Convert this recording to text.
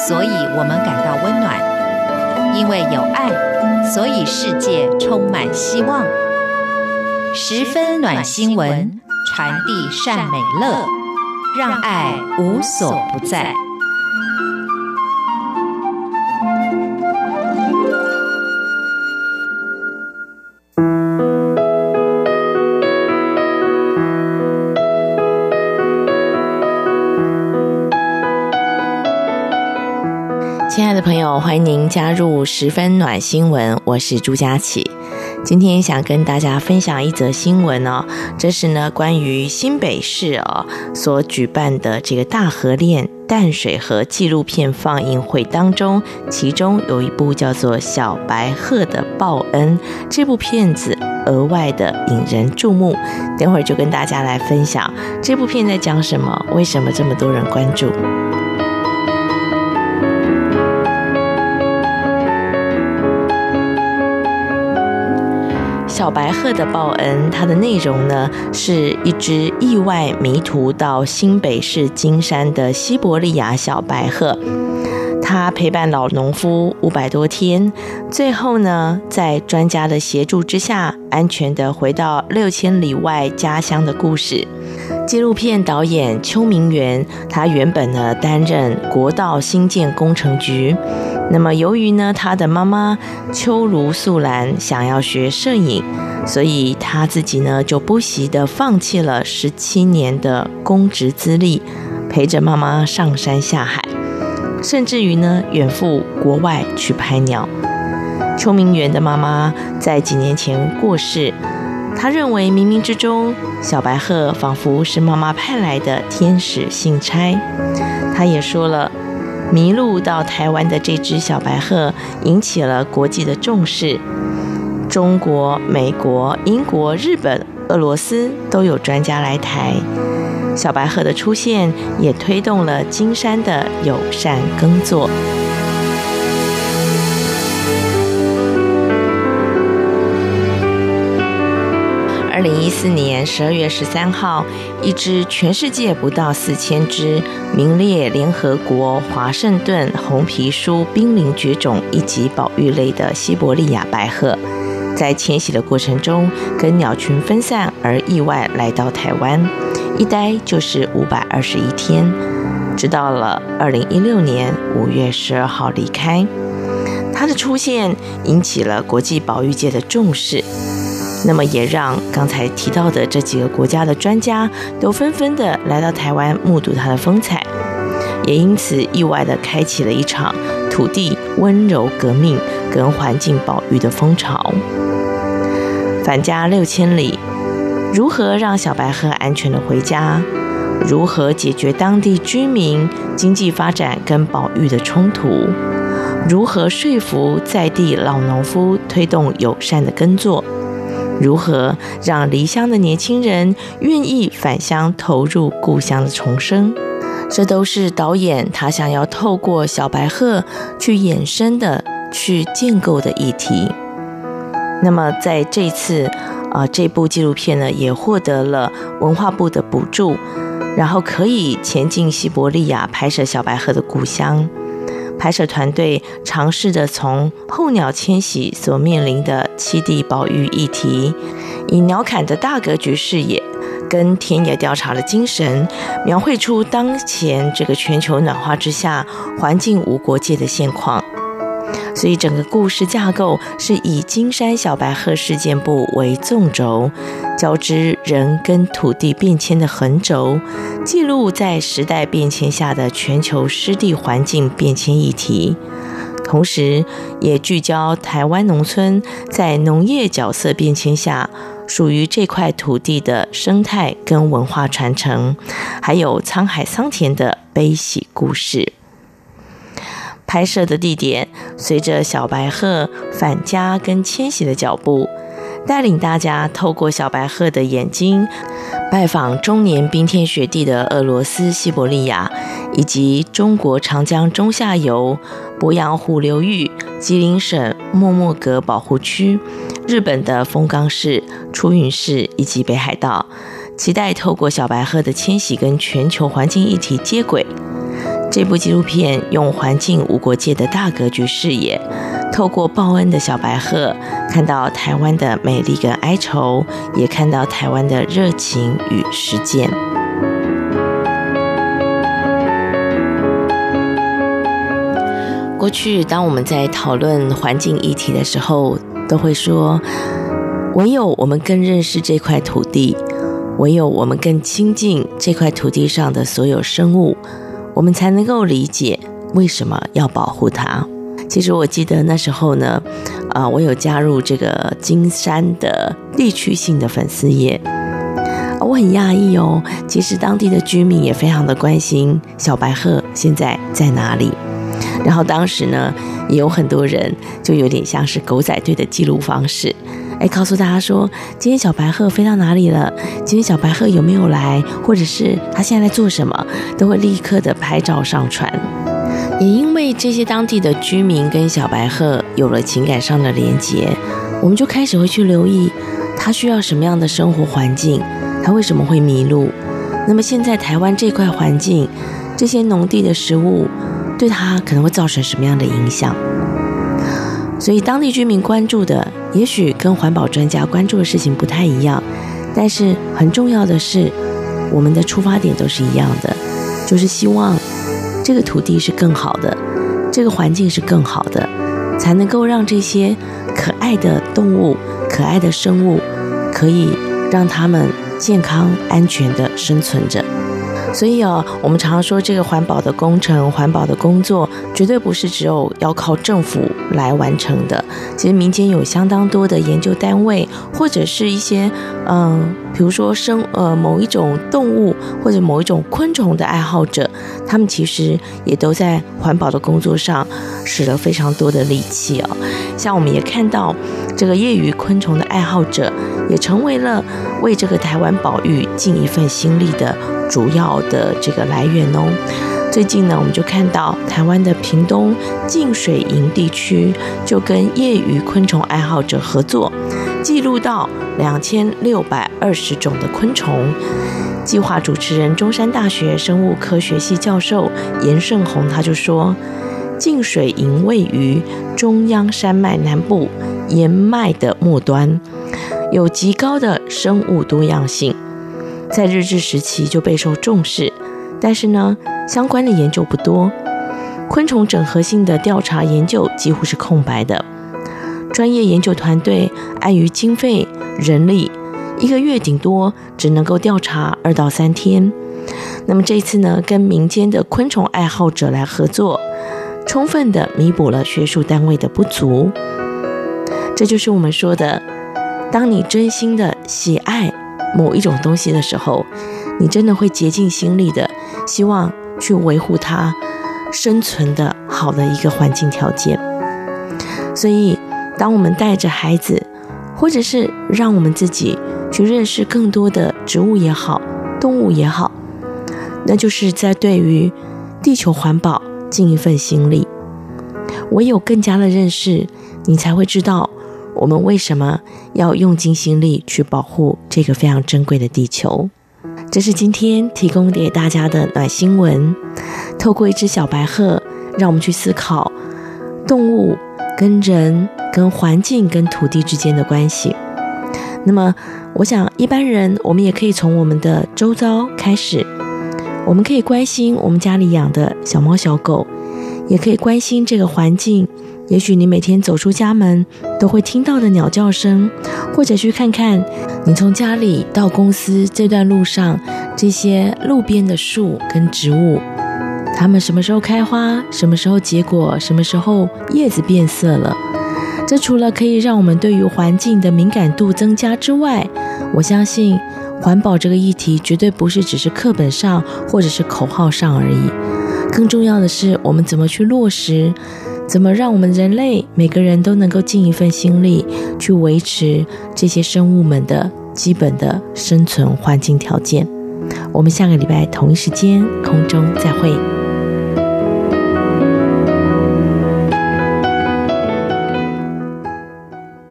所以我们感到温暖；因为有爱，所以世界充满希望。十分暖新闻，传递善美乐，让爱无所不在。 亲爱的朋友，欢迎您加入十分暖新闻，我是朱佳琪。今天想跟大家分享一则新闻哦，这是呢关于新北市所举办的这个大河恋淡水河纪录片放映会当中，其中有一部叫做《小白鹤的报恩》，这部片子额外的引人注目。等会儿就跟大家来分享这部片在讲什么，为什么这么多人关注。小白鹤的报恩，它的内容呢是一只意外迷途到新北市金山的西伯利亚小白鹤，它陪伴老农夫500多天，最后呢在专家的协助之下，安全的回到6000里外家乡的故事。纪录片导演邱明元，他原本呢担任国道新建工程局，那么由于呢他的妈妈邱如素兰想要学摄影，所以他自己呢就不惜的放弃了17年的公职资历，陪着妈妈上山下海，甚至于呢远赴国外去拍鸟。邱明元的妈妈在几年前过世，他认为冥冥之中小白鹤仿佛是妈妈派来的天使信差。他也说了，迷路到台湾的这只小白鹤引起了国际的重视，中国、美国、英国、日本、俄罗斯都有专家来台。小白鹤的出现也推动了金山的友善耕作。2014年12月13号，一只全世界不到4000只，名列联合国华盛顿红皮书濒临绝种一级保育类的西伯利亚白鹤，在迁徙的过程中跟鸟群分散而意外来到台湾，一待就是521天，直到了2016年5月12号离开。它的出现引起了国际保育界的重视，那么也让刚才提到的这几个国家的专家都纷纷的来到台湾目睹它的风采，也因此意外的开启了一场土地温柔革命跟环境保育的风潮。返家6000里，如何让小白鹤安全的回家？如何解决当地居民经济发展跟保育的冲突？如何说服在地老农夫推动友善的耕作？如何让离乡的年轻人愿意返乡投入故乡的重生？这都是导演他想要透过小白鹤去衍生的、去建构的议题。那么在这次这部纪录片呢，也获得了文化部的补助，然后可以前进西伯利亚拍摄小白鹤的故乡。拍摄团队尝试着从候鸟迁徙所面临的栖地保育议题，以鸟瞰的大格局视野跟田野调查的精神，描绘出当前这个全球暖化之下环境无国界的现况。所以整个故事架构是以金山小白鹤事件簿为纵轴，交织人跟土地变迁的横轴，记录在时代变迁下的全球湿地环境变迁议题，同时也聚焦台湾农村在农业角色变迁下属于这块土地的生态跟文化传承，还有沧海桑田的悲喜故事。拍摄的地点随着小白鹤返家跟迁徙的脚步，带领大家透过小白鹤的眼睛拜访终年冰天雪地的俄罗斯西伯利亚，以及中国长江中下游鄱阳湖流域、吉林省莫莫格保护区、日本的丰冈市、出云市以及北海道，期待透过小白鹤的迁徙跟全球环境议题接轨， 这部纪录片用环境无国界的大格局视野，透过报恩的小白鹤，看到台湾的美丽跟哀愁，也看到台湾的热情与实践。过去当我们在讨论环境议题的时候，都会说，唯有我们更认识这块土地，唯有我们更亲近这块土地上的所有生物，我们才能够理解为什么要保护它。其实我记得那时候呢，我有加入这个金山的地区性的粉丝页，我很讶异哦，其实当地的居民也非常的关心小白鹤现在在哪里。然后当时呢，也有很多人就有点像是狗仔队的记录方式，告诉大家说今天小白鹤飞到哪里了，今天小白鹤有没有来，或者是他现在在做什么，都会立刻的拍照上传。也因为这些当地的居民跟小白鹤有了情感上的连结，我们就开始会去留意他需要什么样的生活环境，他为什么会迷路。那么现在台湾这块环境，这些农地的食物对他可能会造成什么样的影响。所以当地居民关注的也许跟环保专家关注的事情不太一样，但是很重要的是我们的出发点都是一样的，就是希望这个土地是更好的，这个环境是更好的，才能够让这些可爱的动物、可爱的生物可以让他们健康安全的生存着。所以我们常常说这个环保的工程、环保的工作绝对不是只有要靠政府来完成的，其实民间有相当多的研究单位，或者是一些比如说某一种动物或者某一种昆虫的爱好者，他们其实也都在环保的工作上使了非常多的力气像我们也看到这个业余昆虫的爱好者也成为了为这个台湾保育尽一份心力的主要的这个来源最近呢，我们就看到台湾的屏东净水营地区就跟业余昆虫爱好者合作，记录到2620种的昆虫。计划主持人中山大学生物科学系教授严胜宏他就说，净水营位于中央山脉南部岩脉的末端，有极高的生物多样性，在日治时期就备受重视，但是呢，相关的研究不多，昆虫整合性的调查研究几乎是空白的。专业研究团队碍于经费、人力，1个月顶多只能够调查2到3天。那么这次呢，跟民间的昆虫爱好者来合作，充分的弥补了学术单位的不足。这就是我们说的，当你真心的喜爱某一种东西的时候，你真的会竭尽心力的希望去维护它生存的好的一个环境条件。所以当我们带着孩子，或者是让我们自己去认识更多的植物也好，动物也好，那就是在对于地球环保尽一份心力。唯有更加的认识，你才会知道我们为什么要用尽心力去保护这个非常珍贵的地球。这是今天提供给大家的暖新闻，透过一只小白鹤，让我们去思考动物跟人、跟环境、跟土地之间的关系。那么我想一般人我们也可以从我们的周遭开始，我们可以关心我们家里养的小猫小狗，也可以关心这个环境，也许你每天走出家门都会听到的鸟叫声，或者去看看你从家里到公司这段路上这些路边的树跟植物，它们什么时候开花，什么时候结果，什么时候叶子变色了。这除了可以让我们对于环境的敏感度增加之外，我相信环保这个议题绝对不是只是课本上或者是口号上而已，更重要的是我们怎么去落实，怎么让我们人类每个人都能够尽一份心力去维持这些生物们的基本的生存环境条件。我们下个礼拜同一时间空中再会。